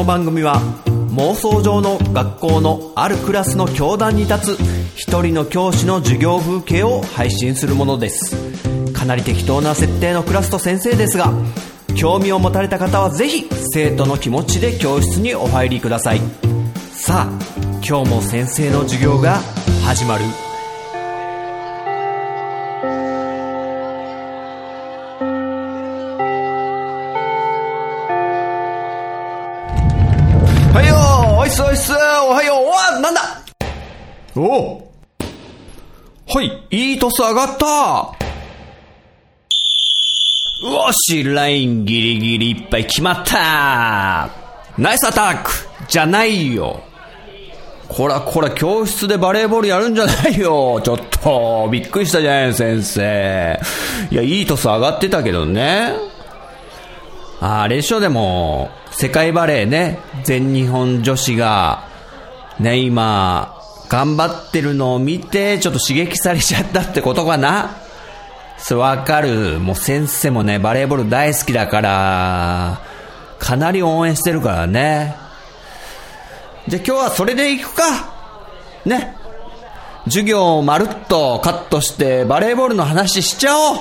の番組は妄想上の学校のあるクラスの教壇に立つ一人の教師の授業風景を配信するものです。かなり適当な設定のクラスと先生ですが、興味を持たれた方はぜひ生徒の気持ちで教室にお入りください。さあ、今日も先生の授業が始まる。はいよー、おいっすおいっす、おはよう。おわ、なんだ、おう、はい、いいトス上がった。よし、ラインギリギリいっぱい決まった。ナイスアタックじゃないよ。こら教室でバレーボールやるんじゃないよ。ちょっとびっくりしたじゃない先生。いや、いいトス上がってたけどね。あれでしょ、でも世界バレーね、全日本女子がね、今頑張ってるのを見てちょっと刺激されちゃったってことかな。それわかる。もう先生もね、バレーボール大好きだからかなり応援してるからね。じゃあ今日はそれでいくかね。授業をまるっとカットしてバレーボールの話しちゃおう。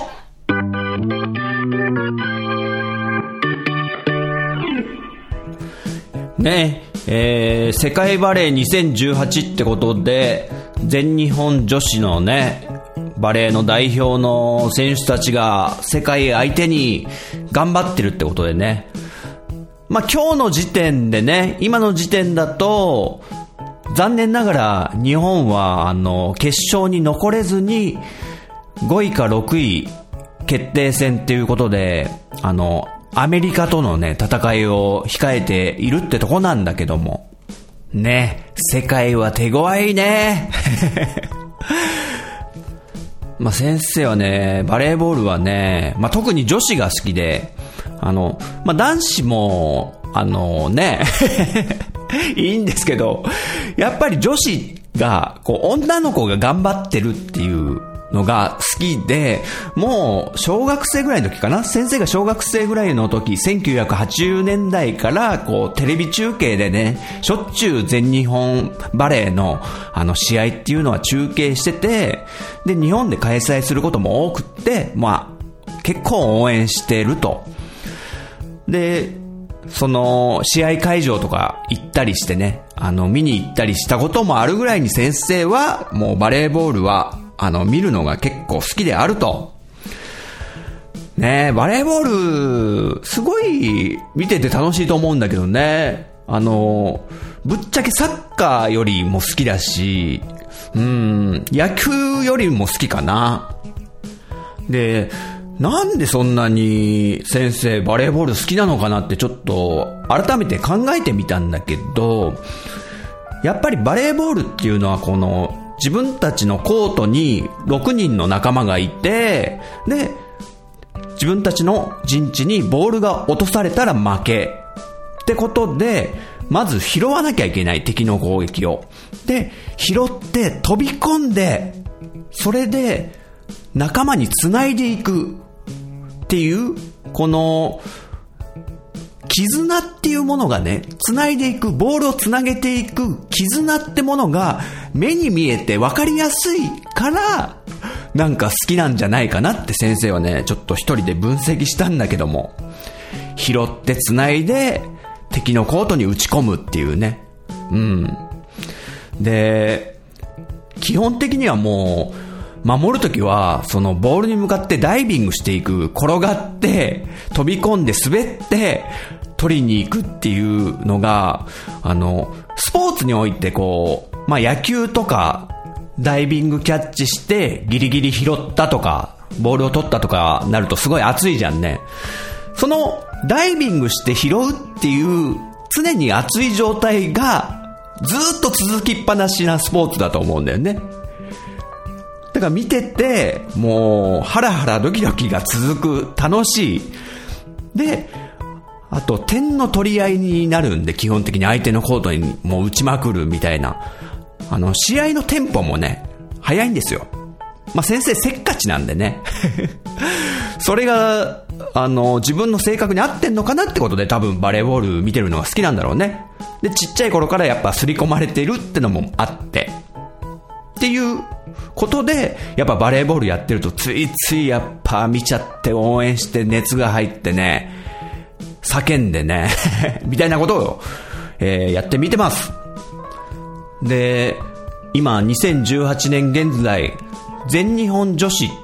ねえ、世界バレー2018ってことで全日本女子のね、バレーの代表の選手たちが世界相手に頑張ってるってことでね。まあ今日の時点でね、今の時点だと残念ながら日本は決勝に残れずに5位か6位決定戦っていうことでアメリカとのね戦いを控えているってとこなんだけどもね、世界は手強いねまあ先生はね、バレーボールはね、まあ特に女子が好きで、まあ男子もねいいんですけど、やっぱり女子が女の子が頑張ってるっていうのが好きで、もう小学生ぐらいの時かな、先生が小学生ぐらいの時、1980年代からテレビ中継でね、しょっちゅう全日本バレーの試合っていうのは中継してて、で日本で開催することも多くって、まあ結構応援してると。でその試合会場とか行ったりしてね、見に行ったりしたこともあるぐらいに先生はもうバレーボールは見るのが結構好きであると。ねえ、バレーボールすごい見てて楽しいと思うんだけどね。ぶっちゃけサッカーよりも好きだし、野球よりも好きかな。で、なんでそんなに先生バレーボール好きなのかなってちょっと改めて考えてみたんだけど、やっぱりバレーボールっていうのは自分たちのコートに6人の仲間がいて、で自分たちの陣地にボールが落とされたら負けってことで、まず拾わなきゃいけない、敵の攻撃を。で拾って飛び込んで、それで仲間に繋いでいくっていう、この絆っていうものがね、繋いでいく、ボールを繋げていく絆ってものが目に見えて分かりやすいからなんか好きなんじゃないかなって先生はね、ちょっと一人で分析したんだけども、拾って繋いで敵のコートに打ち込むっていうね。で基本的にはもう守るときはそのボールに向かってダイビングしていく、転がって飛び込んで滑って取りに行くっていうのがスポーツにおいてまあ野球とかダイビングキャッチしてギリギリ拾ったとかボールを取ったとかなるとすごい熱いじゃんね。そのダイビングして拾うっていう常に熱い状態がずっと続きっぱなしなスポーツだと思うんだよね。だから見ててもうハラハラドキドキが続く、楽しい。であと点の取り合いになるんで、基本的に相手のコートにもう打ちまくるみたいな、試合のテンポもね速いんですよ。 先生せっかちなんでね。それが、自分の性格に合ってんのかなってことで多分バレーボール見てるのが好きなんだろうね。で、ちっちゃい頃からやっぱ刷り込まれているってのもあって。っていうことで、やっぱバレーボールやってるとついついやっぱ見ちゃって応援して熱が入ってね、叫んでね、みたいなことを、やってみてます。で、今2018年現在、全日本女子って、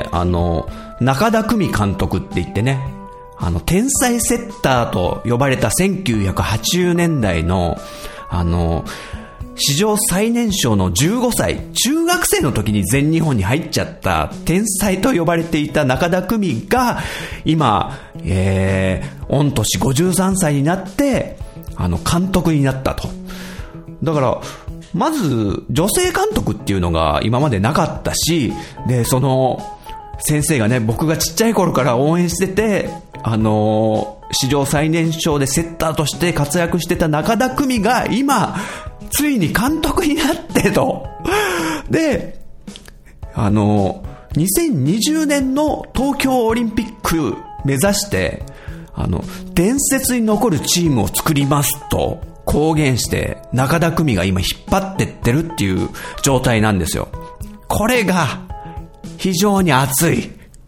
中田久美監督って言ってね、天才セッターと呼ばれた1980年代の、史上最年少の15歳、中学生の時に全日本に入っちゃった天才と呼ばれていた中田久美が、今、御年53歳になって、監督になったと。だから、まず、女性監督っていうのが今までなかったし、で、その、先生がね、僕がちっちゃい頃から応援してて、史上最年少でセッターとして活躍してた中田久美が今、ついに監督になってと。で、2020年の東京オリンピック目指して、伝説に残るチームを作りますと公言して、中田久美が今引っ張ってってるっていう状態なんですよ。これが、非常に熱い。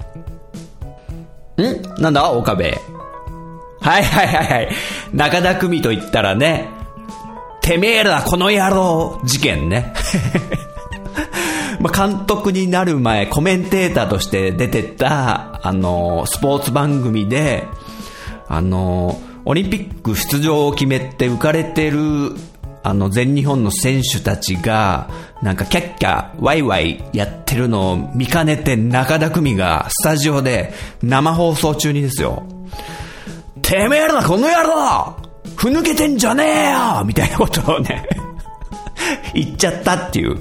なんだ岡部。はい。中田久美と言ったらね、てめえらこの野郎事件ね。監督になる前、コメンテーターとして出てた、スポーツ番組で、オリンピック出場を決めて浮かれてる、全日本の選手たちが、なんかキャッキャ、ワイワイやってるのを見かねて中田久美がスタジオで生放送中にですよ。てめえらこの野郎ふぬけてんじゃねえよみたいなことをね、言っちゃったっていう。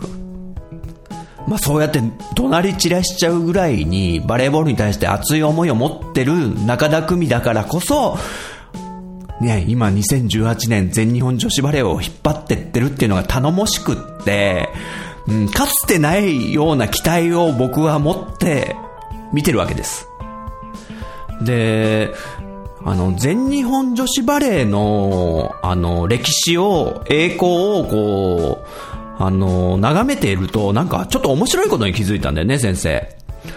そうやって怒鳴り散らしちゃうぐらいにバレーボールに対して熱い思いを持ってる中田久美だからこそ、ね、今2018年全日本女子バレーを引っ張ってってるっていうのが頼もしくって、かつてないような期待を僕は持って見てるわけです。で、全日本女子バレーの歴史を、栄光をこう眺めていると、なんかちょっと面白いことに気づいたんだよね、先生。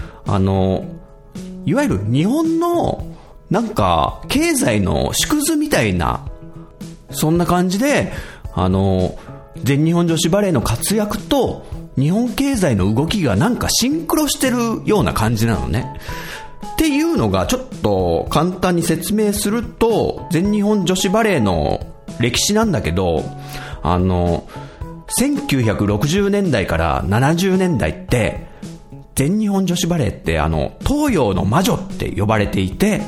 いわゆる日本のなんか経済の縮図みたいな、そんな感じで全日本女子バレーの活躍と日本経済の動きがなんかシンクロしてるような感じなのね。っていうのがちょっと簡単に説明すると、全日本女子バレーの歴史なんだけど、1960年代から70年代って全日本女子バレーって東洋の魔女って呼ばれていて、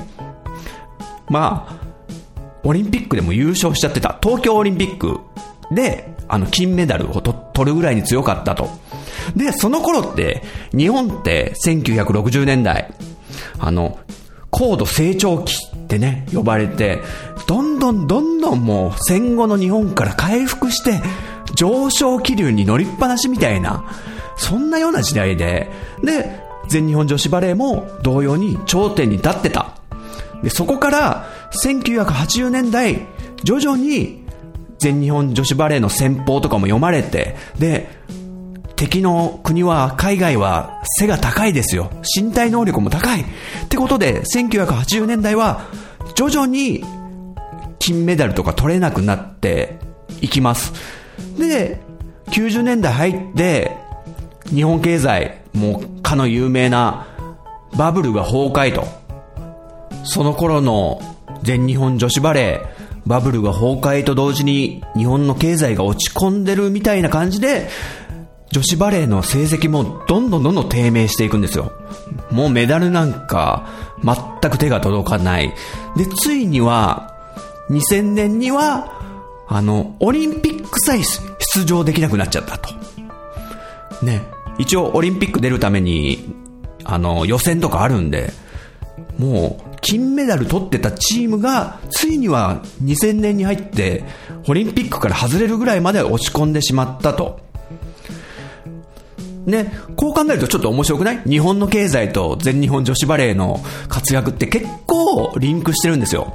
オリンピックでも優勝しちゃってた。東京オリンピックで金メダルを取るぐらいに強かったと。で、その頃って日本って1960年代高度成長期ってね呼ばれて、どんどんもう戦後の日本から回復して上昇気流に乗りっぱなしみたいな、そんなような時代で、全日本女子バレーも同様に頂点に立ってた。で、そこから1980年代徐々に全日本女子バレーの戦法とかも読まれて、で、敵の国は海外は背が高いですよ、身体能力も高いってことで、1980年代は徐々に金メダルとか取れなくなっていきます。で、90年代入って日本経済もうかの有名なバブルが崩壊と。その頃の全日本女子バレー、バブルが崩壊と同時に日本の経済が落ち込んでるみたいな感じで、女子バレーの成績もどんどん低迷していくんですよ。もうメダルなんか全く手が届かない。で、ついには2000年にはオリンピックさえ出場できなくなっちゃったとね。一応オリンピック出るために予選とかあるんで、もう金メダル取ってたチームがついには2000年に入ってオリンピックから外れるぐらいまで落ち込んでしまったと。 ね、こう考えるとちょっと面白くない？日本の経済と全日本女子バレーの活躍って結構リンクしてるんですよ。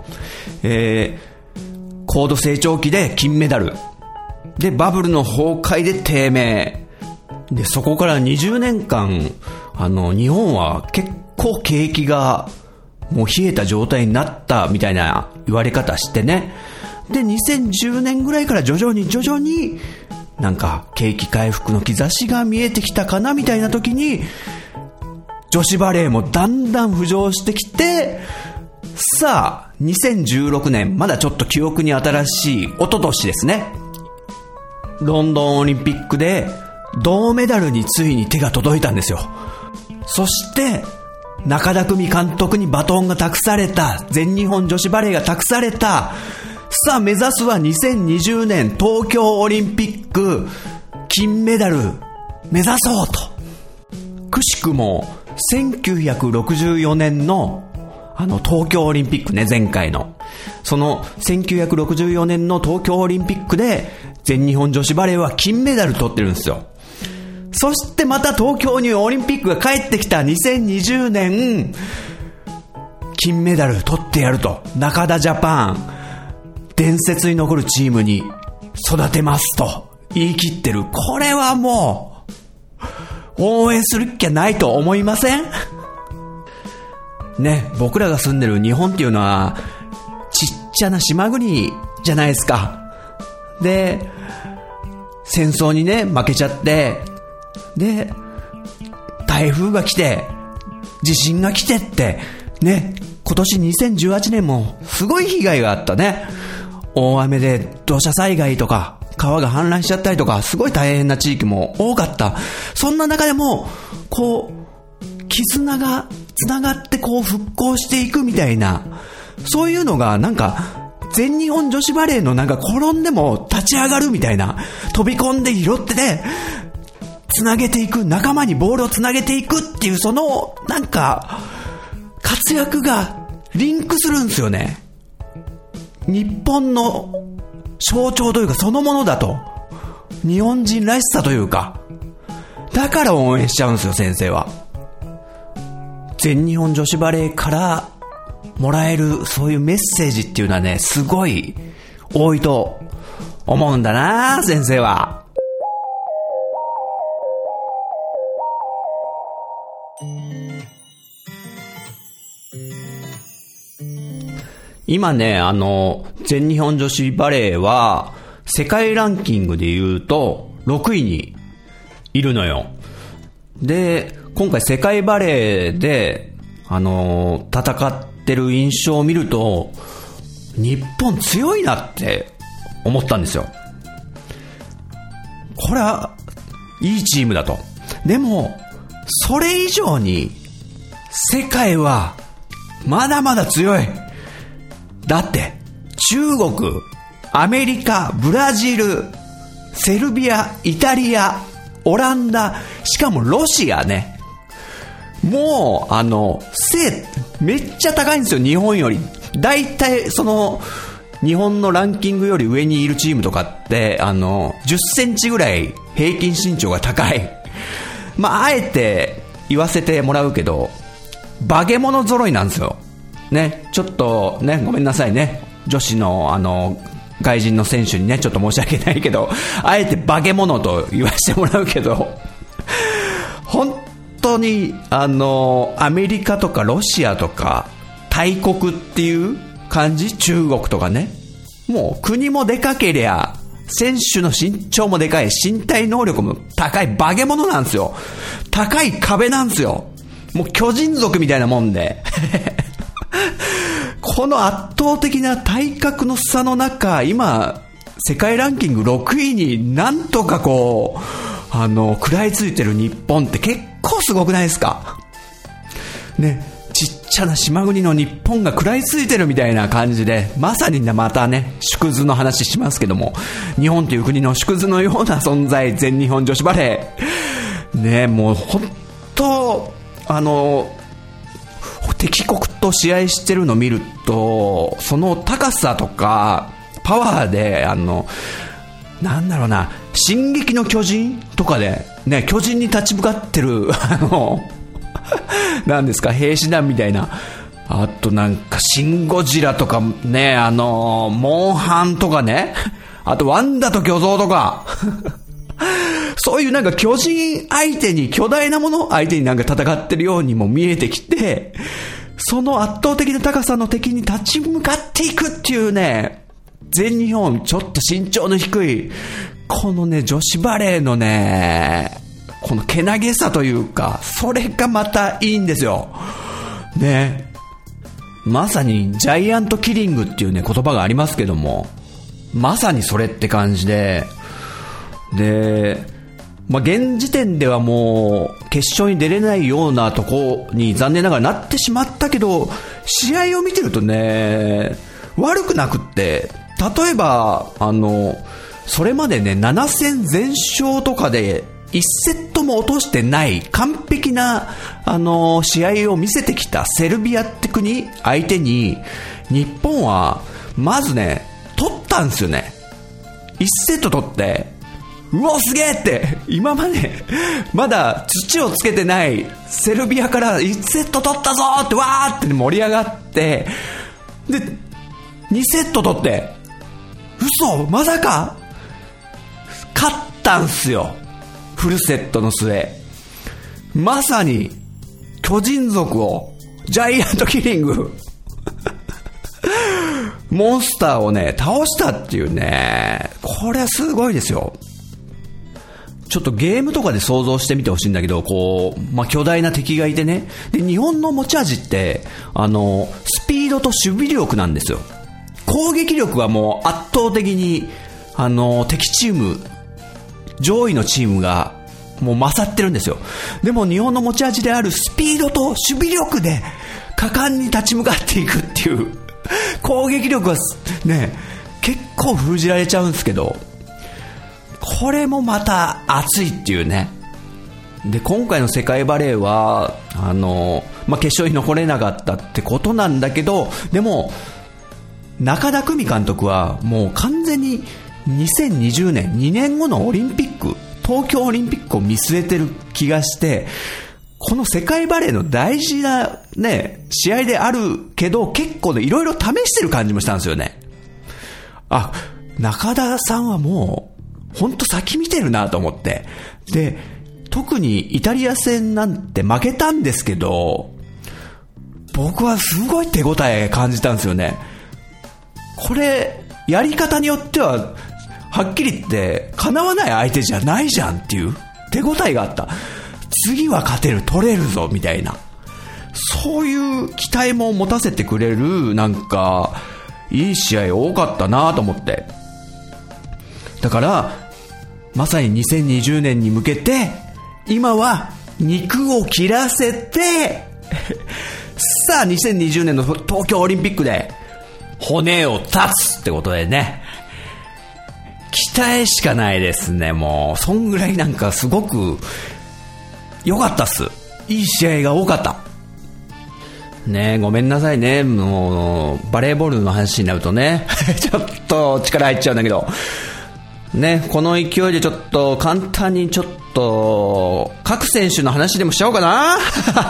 高度成長期で金メダル。で、バブルの崩壊で低迷。で、そこから20年間、日本は結構景気がもう冷えた状態になったみたいな言われ方してね。で、2010年ぐらいから徐々になんか景気回復の兆しが見えてきたかなみたいな時に、女子バレーもだんだん浮上してきて、さあ2016年、まだちょっと記憶に新しい一昨年ですね、ロンドンオリンピックで銅メダルについに手が届いたんですよ。そして中田久美監督にバトンが託された、全日本女子バレーが託された。さあ目指すは2020年東京オリンピック金メダル目指そうと。くしくも1964年の東京オリンピックね、前回のその1964年の東京オリンピックで全日本女子バレーは金メダル取ってるんですよ。そしてまた東京にオリンピックが帰ってきた2020年、金メダル取ってやると、中田ジャパン伝説に残るチームに育てますと言い切ってる。これはもう応援するっきゃないと思いません？ね、僕らが住んでる日本っていうのはちっちゃな島国じゃないですか。で、戦争にね負けちゃって、で台風が来て地震が来てってね、今年2018年もすごい被害があったね。大雨で土砂災害とか川が氾濫しちゃったりとか、すごい大変な地域も多かった。そんな中でもこう絆がつながってこう復興していくみたいな、そういうのがなんか全日本女子バレーのなんか転んでも立ち上がるみたいな、飛び込んで拾ってねつなげていく、仲間にボールをつなげていくっていう、そのなんか活躍がリンクするんですよね。日本の象徴というかそのものだと、日本人らしさというか、だから応援しちゃうんですよ、先生は。全日本女子バレーからもらえるそういうメッセージっていうのはね、すごい多いと思うんだな、先生は。今ね、全日本女子バレーは世界ランキングで言うと6位にいるのよ。で、今回世界バレーで戦ってる印象を見ると、日本強いなって思ったんですよ。これはいいチームだと。でもそれ以上に世界はまだまだ強い。だって中国、アメリカ、ブラジル、セルビア、イタリア、オランダ、しかもロシアね。もう背めっちゃ高いんですよ、日本より。だいたいその日本のランキングより上にいるチームとかって10センチぐらい平均身長が高い。まああえて言わせてもらうけど、化け物揃いなんですよね。ちょっとね、ごめんなさいね、女子の外人の選手にね、ちょっと申し訳ないけど、あえて化け物と言わせてもらうけど、本当にアメリカとかロシアとか大国っていう感じ、中国とかね、もう国もでかけりゃ選手の身長もでかい、身体能力も高い化け物なんですよ。高い壁なんですよ。もう巨人族みたいなもんでこの圧倒的な体格の差の中、今世界ランキング6位になんとかこう食らいついてる日本って結構すごくないですかね。ちっちゃな島国の日本が食らいついてるみたいな感じで、まさにまたね、縮図の話しますけども、日本という国の縮図のような存在、全日本女子バレーね。もう本当敵国と試合してるの見ると、その高さとかパワーでなんだろうな、 進撃の巨人とかで、ね、巨人に立ち向かってる、なんですか、兵士団みたいな。あとなんか、シンゴジラとかね、モンハンとかね。あと、ワンダと巨像とか。そういうなんか巨人相手に、巨大なもの相手になんか戦ってるようにも見えてきて、その圧倒的な高さの敵に立ち向かっていくっていうね、全日本ちょっと身長の低い、このね、女子バレーのね、このけなげさというか、それがまたいいんですよ。ね。まさにジャイアントキリングっていうね、言葉がありますけども、まさにそれって感じで、現時点ではもう決勝に出れないようなとこに残念ながらなってしまったけど、試合を見てるとね、悪くなくって、例えばそれまでね、7戦全勝とかで1セットも落としてない完璧な試合を見せてきたセルビアって国相手に、日本はまずね取ったんですよね。1セット取って、うおすげえって、今までまだ土をつけてないセルビアから1セット取ったぞってわーって盛り上がって、で2セット取って、嘘まさか勝ったんすよ、フルセットの末。まさに巨人族を、ジャイアントキリングモンスターをね倒したっていうね、これはすごいですよ。ちょっとゲームとかで想像してみてほしいんだけど、巨大な敵がいてね、で日本の持ち味ってスピードと守備力なんですよ。攻撃力はもう圧倒的に敵チーム、上位のチームがもう勝ってるんですよ。でも日本の持ち味であるスピードと守備力で果敢に立ち向かっていくっていう攻撃力はね結構封じられちゃうんですけど、これもまた熱いっていうね。で今回の世界バレーは決勝に残れなかったってことなんだけど、でも中田久美監督はもう完全に2020年2年後のオリンピック、東京オリンピックを見据えてる気がして、この世界バレーの大事なね試合であるけど、結構ねいろいろ試してる感じもしたんですよね。あ、中田さんはもうほんと先見てるなと思って。で特にイタリア戦なんて負けたんですけど、僕はすごい手応え感じたんですよね。これやり方によってははっきり言って叶わない相手じゃないじゃんっていう手応えがあった。次は勝てる、取れるぞみたいな、そういう期待も持たせてくれる、なんかいい試合多かったなと思って。だからまさに2020年に向けて今は肉を切らせてさあ2020年の東京オリンピックで骨を断つってことでね、期待しかないですね。もうそんぐらいなんかすごく良かったっす。いい試合が多かったね。ごめんなさいね、もうバレーボールの話になるとねちょっと力入っちゃうんだけどね、この勢いでちょっと簡単にちょっと各選手の話でもしちゃおうかな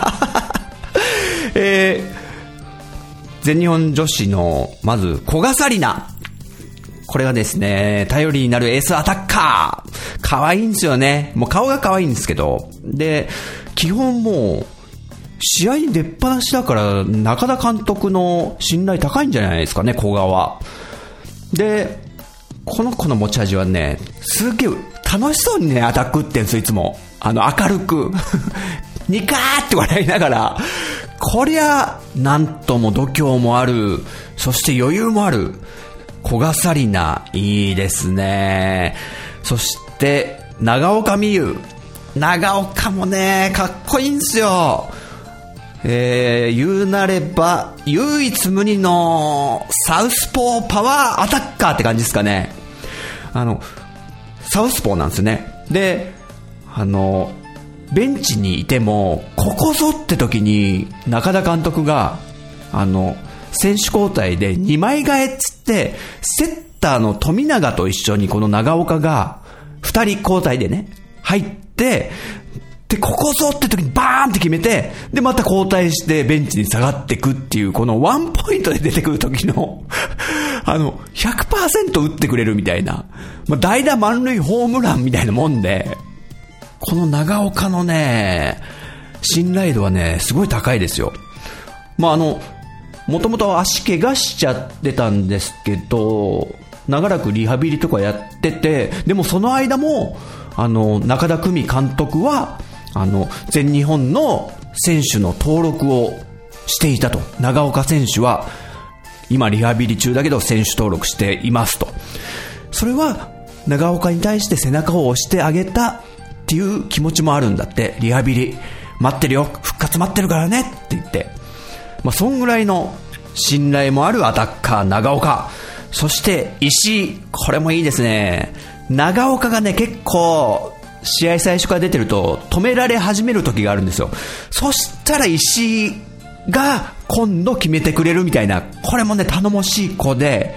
全日本女子のまず古賀紗理那、これはですね頼りになるエースアタッカー、可愛いんですよね。もう顔が可愛いんですけど、で基本もう試合に出っ放しだから中田監督の信頼高いんじゃないですかね、古賀は。でこの子の持ち味はね、すげえ楽しそうにねアタック打ってんすよ、いつも明るくニカーって笑いながら、こりゃなんとも度胸もある、そして余裕もある古賀紗理那、いいですね。そして長岡美優、長岡もねかっこいいんですよ。言うなれば唯一無二のサウスポーパワーアタッカーって感じですかね。サウスポーなんですよね。でベンチにいてもここぞって時に中田監督が選手交代で2枚替えっつって、セッターの富永と一緒にこの長岡が 2人交代でね、入って、で、ここぞって時にバーンって決めて、で、また交代してベンチに下がっていくっていう、このワンポイントで出てくる時の、100% 打ってくれるみたいな、代打満塁ホームランみたいなもんで、この長岡のね、信頼度はね、すごい高いですよ。もともと足怪我しちゃってたんですけど、長らくリハビリとかやってて、でもその間も、中田久美監督は、全日本の選手の登録をしていたと。長岡選手は今リハビリ中だけど選手登録していますと。それは長岡に対して背中を押してあげたっていう気持ちもあるんだって。リハビリ待ってるよ、復活待ってるからねって言って、そんぐらいの信頼もあるアタッカー長岡。そして石井、これもいいですね。長岡がね、結構試合最初から出てると止められ始める時があるんですよ。そしたら石井が今度決めてくれるみたいな、これもね頼もしい子で、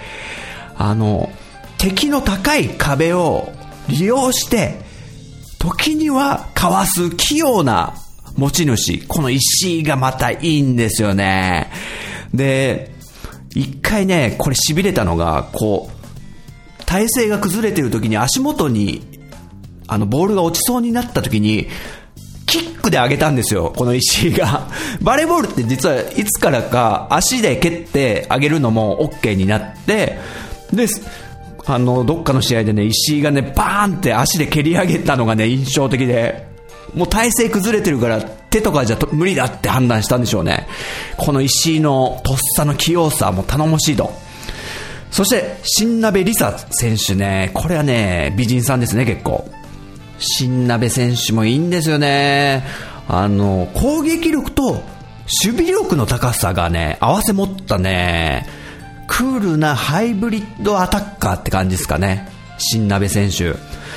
敵の高い壁を利用して時にはかわす器用な持ち主、この石井がまたいいんですよね。で、一回ね、これ痺れたのが、体勢が崩れてる時に足元にボールが落ちそうになった時にキックで上げたんですよ、この石井が。バレーボールって実はいつからか足で蹴って上げるのも OK になって、でどっかの試合でね、石井がねバーンって足で蹴り上げたのがね印象的で、もう体勢崩れてるから手とかじゃ無理だって判断したんでしょうね。この石井のとっさの器用さも頼もしいと。そして新鍋梨沙選手ね、これはね美人さんですね。結構新鍋選手もいいんですよね。攻撃力と守備力の高さがね合わせ持ったね、クールなハイブリッドアタッカーって感じですかね、新鍋選手。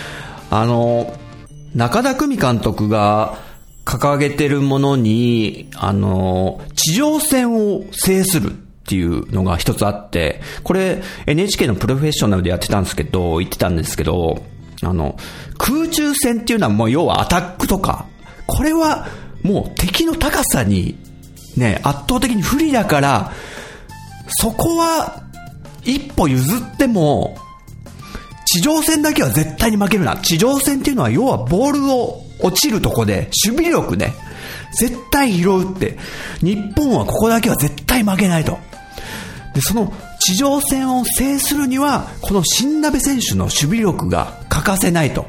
中田久美監督が掲げてるものに、地上戦を制するっていうのが一つあって、これ NHK のプロフェッショナルでやってたんですけど、言ってたんですけど、空中戦っていうのはもう要はアタックとか、これはもう敵の高さにね圧倒的に不利だから、そこは一歩譲っても地上戦だけは絶対に負けるな。地上戦っていうのは要はボールを落ちるとこで守備力ね絶対拾うって、日本はここだけは絶対負けないと。で、その地上戦を制するにはこの新鍋選手の守備力が欠かせないと。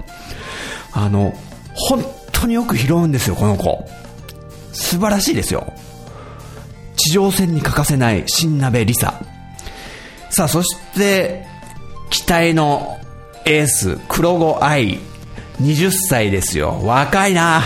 本当によく拾うんですよ、この子。素晴らしいですよ。地上戦に欠かせない新鍋梨沙。さあ、そして期待のエース黒後愛、20歳ですよ。若いな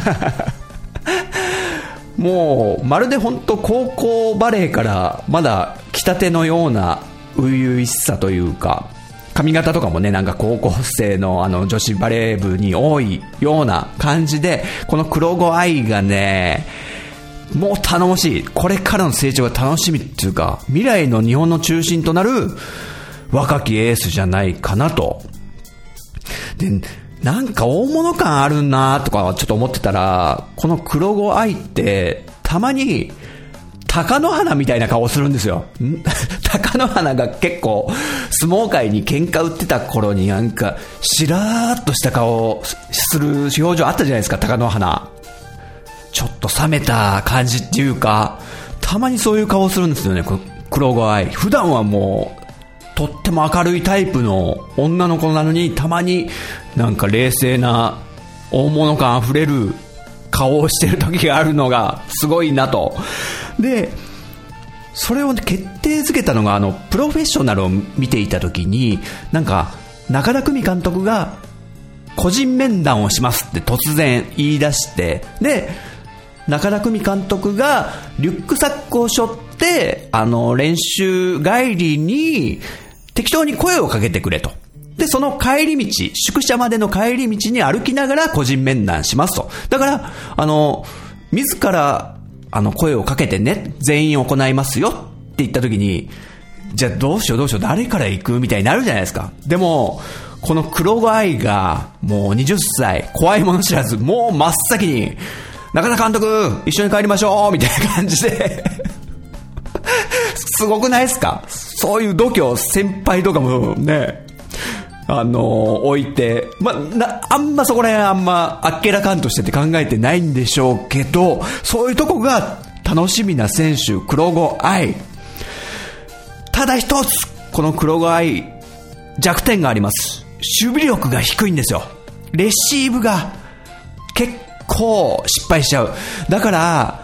もうまるで本当高校バレーからまだ来たてのような初々しさというか、髪型とかもね、なんか高校生の女子バレー部に多いような感じで、この黒後愛がねもう頼もしい。これからの成長が楽しみっていうか、未来の日本の中心となる若きエースじゃないかなと。で、なんか大物感あるなとかちょっと思ってたら、この黒後愛ってたまに貴乃花みたいな顔するんですよ。貴乃花が結構相撲界に喧嘩売ってた頃になんかしらーっとした顔する表情あったじゃないですか、貴乃花。ちょっと冷めた感じっていうか、たまにそういう顔するんですよね、黒後愛。普段はもうとっても明るいタイプの女の子なのに、たまになんか冷静な大物感あふれる顔をしてる時があるのがすごいなと。で、それを決定づけたのがプロフェッショナルを見ていた時に、なんか中田久美監督が個人面談をしますって突然言い出して、で中田久美監督がリュックサックを背負って練習帰りに適当に声をかけてくれと。で、その帰り道、宿舎までの帰り道に歩きながら個人面談しますと。だから自ら声をかけてね、全員行いますよって言った時に、じゃあどうしよう誰から行くみたいになるじゃないですか。でもこの黒子愛がもう20歳、怖いもの知らず、もう真っ先に、中田監督、一緒に帰りましょうみたいな感じで、すごくないですか？そういう度胸先輩とかもね、置いて、あんまそこら辺あんまあっけらかんとしてて考えてないんでしょうけど、そういうとこが楽しみな選手、黒子愛。ただ一つ、この黒子愛、弱点があります。守備力が低いんですよ。レシーブが結構失敗しちゃう。だから、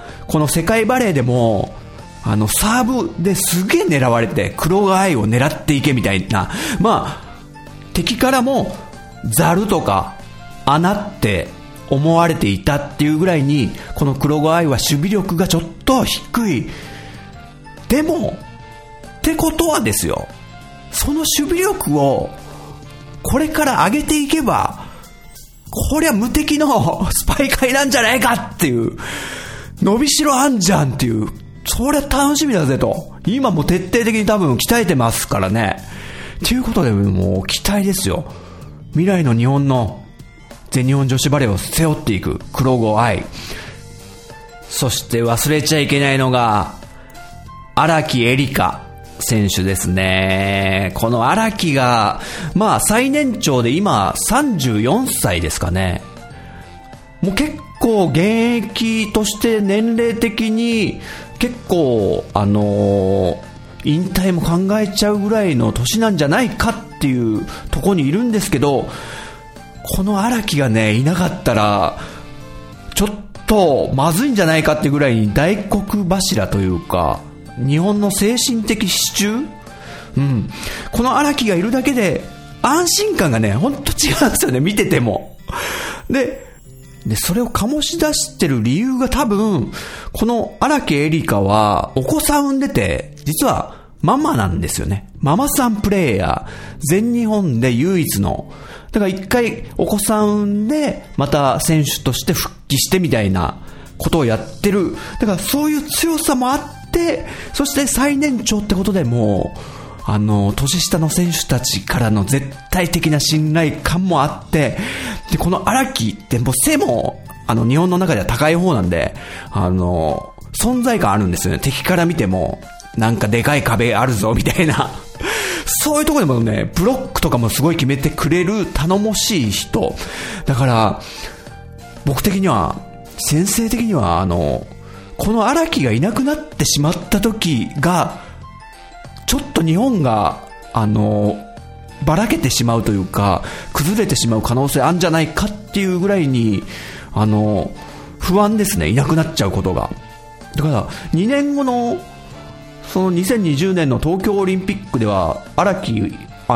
この世界バレーでも、サーブですげえ狙われて、黒子愛を狙っていけみたいな、敵からもザルとか穴って思われていたっていうぐらいに、この黒子愛は守備力がちょっと低い。でもってことはですよ、その守備力をこれから上げていけば、こりゃ無敵のスパイ界なんじゃないかっていう、伸びしろあんじゃんっていう、それ楽しみだぜと。今も徹底的に多分鍛えてますからね。ということで、もう期待ですよ。未来の日本の全日本女子バレーを背負っていく黒子愛。そして忘れちゃいけないのが荒木絵里香選手ですね。この荒木が最年長で今34歳ですかね。もう結構現役として年齢的に結構引退も考えちゃうぐらいの年なんじゃないかっていうところにいるんですけど、この荒木がねいなかったらちょっとまずいんじゃないかっていうぐらいに大黒柱というか、日本の精神的支柱、この荒木がいるだけで安心感がねほんと違うんですよね、見てても。でそれを醸し出してる理由が多分、この荒木絵里香はお子さん産んでて、実はママなんですよね。ママさんプレイヤー、全日本で唯一の。だから一回お子さん産んでまた選手として復帰してみたいなことをやってる。だからそういう強さもあって、そして最年長ってことでもう年下の選手たちからの絶対的な信頼感もあって、でこの荒木ってもう背も日本の中では高い方なんで、存在感あるんですよね。敵から見てもなんかでかい壁あるぞみたいなそういうところでもね、ブロックとかもすごい決めてくれる頼もしい人だから、僕的には先生的にはこの荒木がいなくなってしまった時がちょっと日本がばらけてしまうというか、崩れてしまう可能性あるんじゃないかっていうぐらいに不安ですね、いなくなっちゃうことが。だから2年後のその2020年の東京オリンピックでは荒木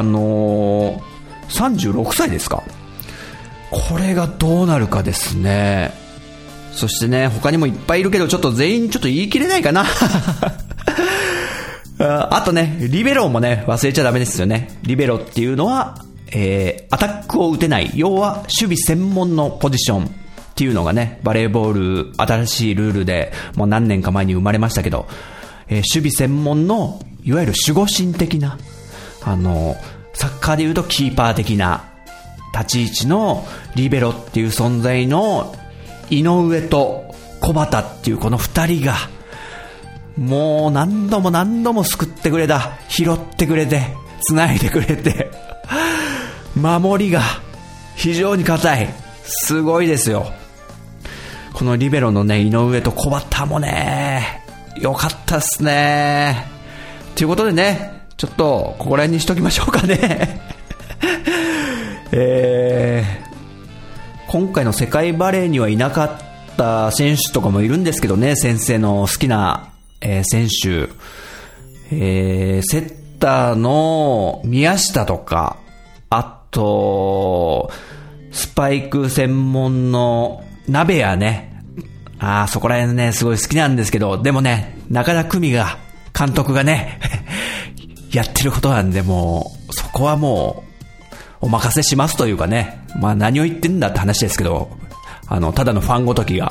36歳ですか。これがどうなるかですね。そしてね、他にもいっぱいいるけどちょっと全員ちょっと言い切れないかなあとね、リベロもね忘れちゃダメですよね。リベロっていうのは、アタックを打てない、要は守備専門のポジションっていうのがね、バレーボール新しいルールでもう何年か前に生まれましたけど、守備専門のいわゆる守護神的なサッカーでいうとキーパー的な立ち位置のリベロっていう存在の井上と小畑っていうこの二人がもう何度も何度も救ってくれた、拾ってくれて繋いでくれて守りが非常に硬い、すごいですよ。このリベロのね井上と小畑もねよかったっすね。ということでね、ちょっとここら辺にしときましょうかね今回の世界バレーにはいなかった選手とかもいるんですけどね、先生の好きな、選手、セッターの宮下とか、あとスパイク専門の鍋やね、そこら辺ねすごい好きなんですけど、でもね中田久美が監督がねやってることなんで、もうそこはもうお任せしますというかね、何を言ってんだって話ですけど、ただのファンごときが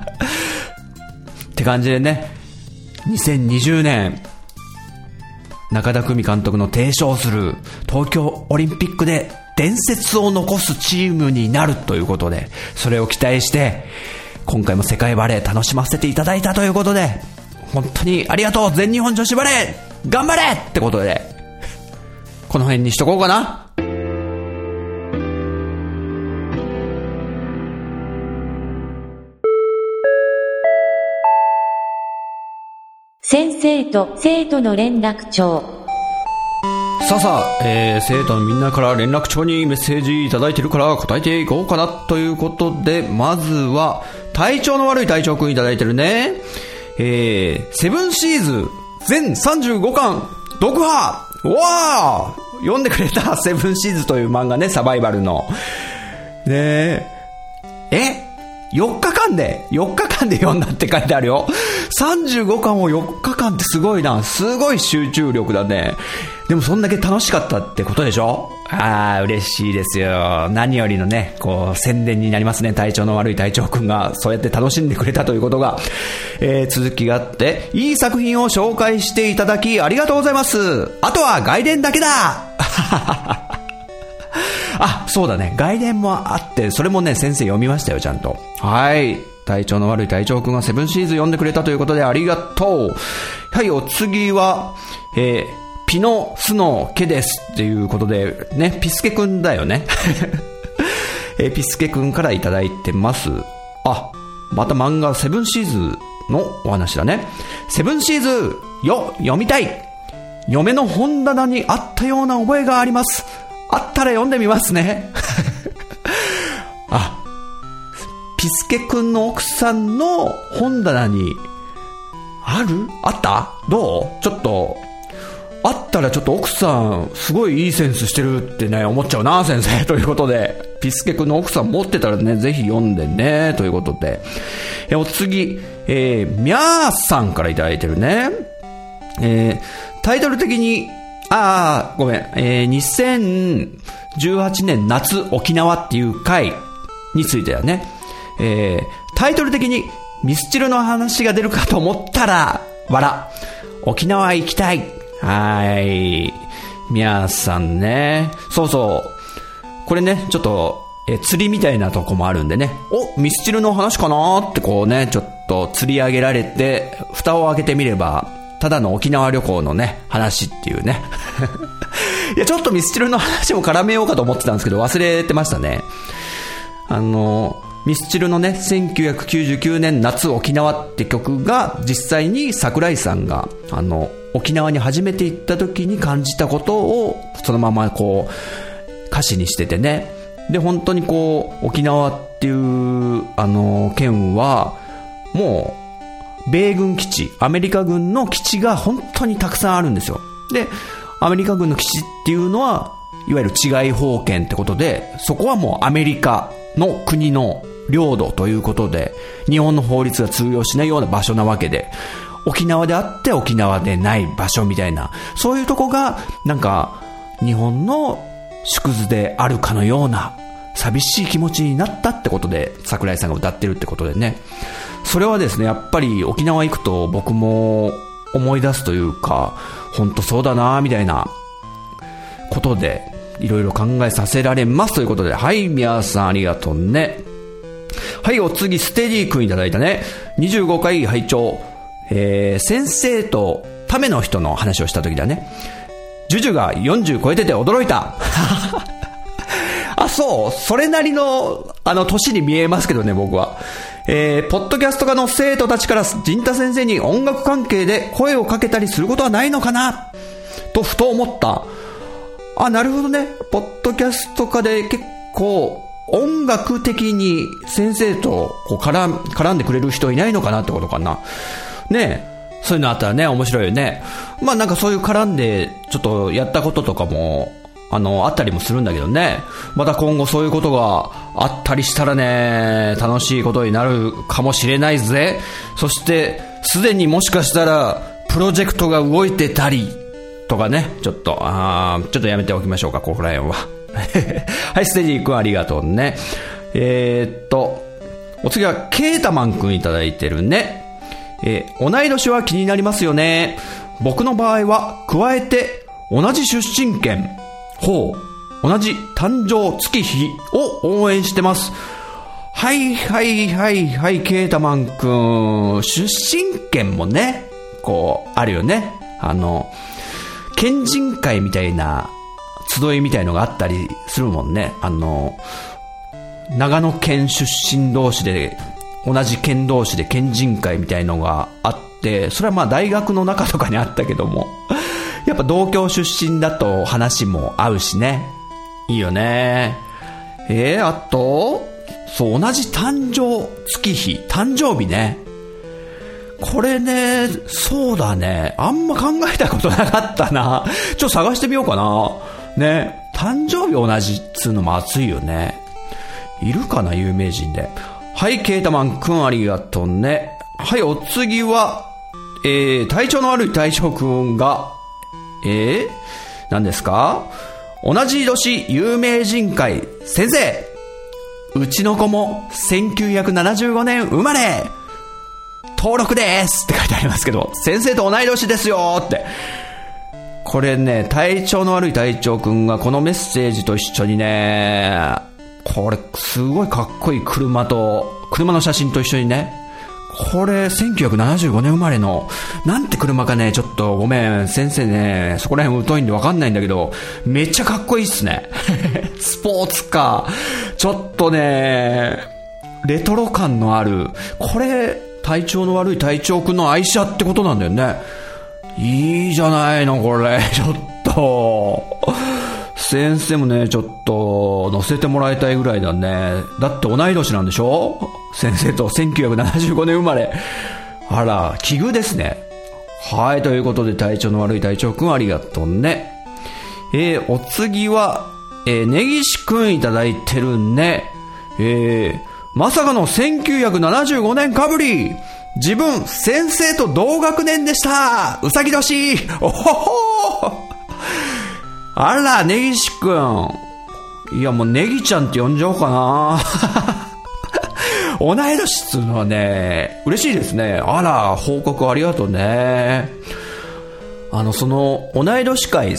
って感じでね、2020年中田久美監督の提唱する東京オリンピックで伝説を残すチームになるということで、それを期待して今回も世界バレー楽しませていただいたということで、本当にありがとう。全日本女子バレー頑張れってことで、この辺にしとこうかな。 先生と生徒の連絡帳。 さあ、生徒のみんなから連絡帳にメッセージいただいてるから答えていこうかなということで、まずは体調の悪い隊長くんいただいてるね。セブンシーズ全35巻読破。わー、読んでくれた。セブンシーズという漫画ね、サバイバルのね。4日間で読んだって書いてあるよ。35巻を4日間ってすごいな。すごい集中力だね。でもそんだけ楽しかったってことでしょ。嬉しいですよ。何よりのね、宣伝になりますね。体調の悪い隊長くんがそうやって楽しんでくれたということが、続きがあって、いい作品を紹介していただきありがとうございます。あとは外伝だけだ。そうだね。外伝もあって、それもね、先生読みましたよ、ちゃんと。はい。体調の悪い隊長くんがセブンシーズ読んでくれたということでありがとう。はい、お次は、ピノスの毛ですっていうことで、ね、ピスケくんだよね。ピスケくんからいただいてます。また漫画セブンシーズのお話だね。セブンシーズ読みたい。嫁の本棚にあったような覚えがあります。あったら読んでみますね。ピスケくんの奥さんの本棚にあったどう？ちょっとあったらちょっと奥さんすごいいいセンスしてるってね思っちゃうな先生ということで、ピスケくんの奥さん持ってたらねぜひ読んでねということで、お次、ミャーさんからいただいてるね。タイトル的にごめん、2018年夏沖縄っていう回についてはね、タイトル的にミスチルの話が出るかと思ったら沖縄行きたい。はい、ミャーさんね。そうそう、これねちょっと釣りみたいなとこもあるんでね、ミスチルの話かなってこうねちょっと釣り上げられて、蓋を開けてみればただの沖縄旅行のね話っていうね。いやちょっとミスチルの話も絡めようかと思ってたんですけど忘れてましたね。ミスチルのね1999年夏沖縄って曲が実際に桜井さんが沖縄に初めて行った時に感じたことをそのままこう歌詞にしててね。で本当にこう沖縄っていう県はもう米軍基地、アメリカ軍の基地が本当にたくさんあるんですよ。でアメリカ軍の基地っていうのはいわゆる治外法権ってことで、そこはもうアメリカの国の領土ということで日本の法律が通用しないような場所なわけで、沖縄であって沖縄でない場所みたいな、そういうとこがなんか日本の縮図であるかのような寂しい気持ちになったってことで桜井さんが歌ってるってことでね、それはですねやっぱり沖縄行くと僕も思い出すというか、本当そうだなみたいなことでいろいろ考えさせられますということで、はい皆さんありがとうね。はい、お次ステディ君いただいたね。25回拝聴、先生とための人の話をした時だね。ジュジュが40超えてて驚いた。そう、それなりの年に見えますけどね僕は。ポッドキャスト科の生徒たちから陣太先生に音楽関係で声をかけたりすることはないのかなとふと思った。なるほどね。ポッドキャスト科で結構音楽的に先生とこう絡んでくれる人いないのかなってことかな。ねえ、そういうのあったらね面白いよね。なんかそういう絡んでちょっとやったこととかもあったりもするんだけどね。また今後そういうことがあったりしたらね楽しいことになるかもしれないぜ。そしてすでにもしかしたらプロジェクトが動いてたりとかね、ちょっとやめておきましょうかここら辺は。はい、ステディ君ありがとうね。お次はケータマン君いただいてるね。同い年は気になりますよね。僕の場合は加えて同じ出身県。 同じ誕生月日を応援してます。はいはいはいはい、ケータマンくん。出身県もね、こう、あるよね。県人会みたいな、集いみたいのがあったりするもんね。長野県出身同士で、同じ県同士で県人会みたいのがあって、それはまあ大学の中とかにあったけども、やっぱ同郷出身だと話も合うしね。いいよね。あと、そう、同じ誕生月日、誕生日ね。これね、そうだね。あんま考えたことなかったな。ちょっと探してみようかな。ね。誕生日同じっつうのも熱いよね。いるかな、有名人で。はい、ケータマンくんありがとうね。はい、お次は、体調の悪い隊長くんが、何ですか？同じ年有名人会先生。うちの子も1975年生まれ登録ですって書いてありますけど、先生と同い年ですよって。これね、体調の悪い隊長くんがこのメッセージと一緒にね、これすごいかっこいい車の写真と一緒にね、これ1975年生まれのなんて車かね、ちょっとごめん先生ね、そこら辺疎いんでわかんないんだけど、めっちゃかっこいいっすねスポーツカー、ちょっとねレトロ感のある、これ体調の悪い隊長くんの愛車ってことなんだよね。いいじゃないのこれ。ちょっと先生もね、ちょっと乗せてもらいたいぐらいだね。だって同い年なんでしょ、先生と。1975年生まれ。あら、奇遇ですね。はい、ということで体調の悪い隊長くんありがとうね。お次は、根岸くんいただいてるね。まさかの1975年かぶり。自分先生と同学年でした。うさぎ年。おほほ。あら、根岸くん。いや、もうネギちゃんって呼んじゃおうかな同い年っつうのはね、嬉しいですね。あら、報告ありがとうね。その同い年会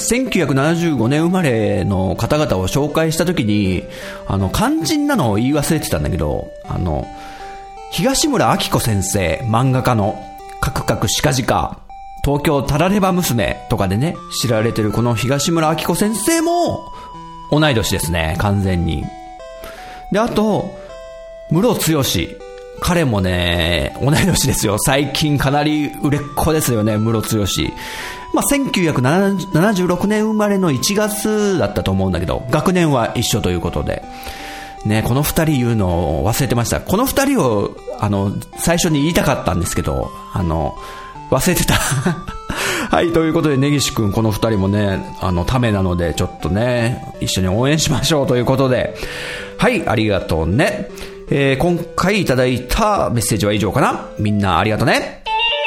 1975年生まれの方々を紹介したときに、肝心なのを言い忘れてたんだけど、東村明子先生、漫画家のカクカクシカジカ、東京タラレバ娘とかでね知られてるこの東村明子先生も同い年ですね、完全に。で、あとムロツヨシ、彼もね同い年ですよ。最近かなり売れっ子ですよね、ムロツヨシ。1976年生まれの1月だったと思うんだけど、学年は一緒ということでね、この二人言うのを忘れてました。この二人を最初に言いたかったんですけど、忘れてたはい、ということで根岸くん、この二人もねためなので、ちょっとね一緒に応援しましょうということで、はい、ありがとうね。今回いただいたメッセージは以上かな。みんなありがとうね。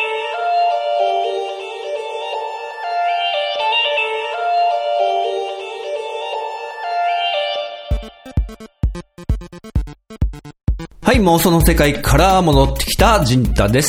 はい、妄想の世界から戻ってきた陣太です。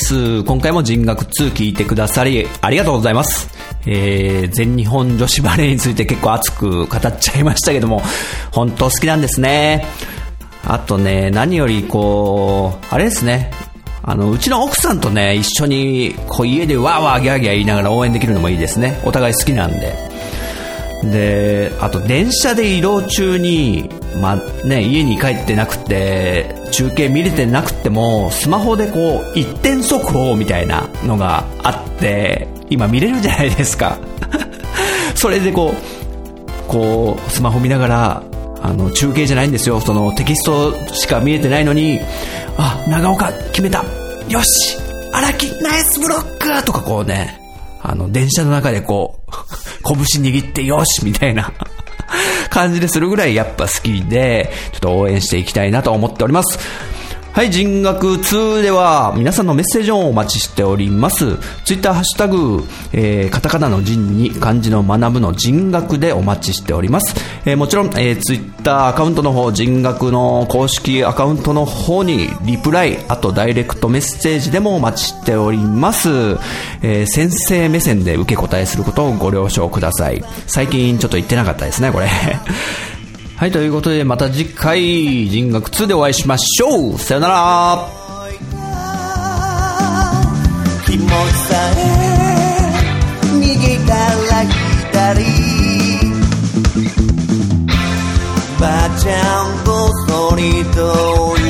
今回も人学2聞いてくださりありがとうございます。全日本女子バレーについて結構熱く語っちゃいましたけども、本当好きなんですね。あとね、何よりあれですね、うちの奥さんとね一緒に家でワーワーギャーギャー言いながら応援できるのもいいですね。お互い好きなんで。で、あと電車で移動中に家に帰ってなくて中継見れてなくてもスマホで一点速報みたいなのがあって今見れるじゃないですかそれでスマホ見ながら中継じゃないんですよ、そのテキストしか見えてないのに、あ、長岡決めた、よし、荒木ナイスブロックとか電車の中で拳握ってよしみたいな感じでするぐらいやっぱ好きで、ちょっと応援していきたいなと思っております。はい、人学2では皆さんのメッセージをお待ちしております。ツイッターハッシュタグ、カタカナの人に漢字の学ぶの人学でお待ちしております。もちろん、ツイッターアカウントの方、人学の公式アカウントの方にリプライ、あとダイレクトメッセージでもお待ちしております。先生目線で受け答えすることをご了承ください。最近ちょっと言ってなかったですね、これはい、ということでまた次回人学2でお会いしましょう。さよなら。 気持ちさえ右から左、ばあちゃんこそりと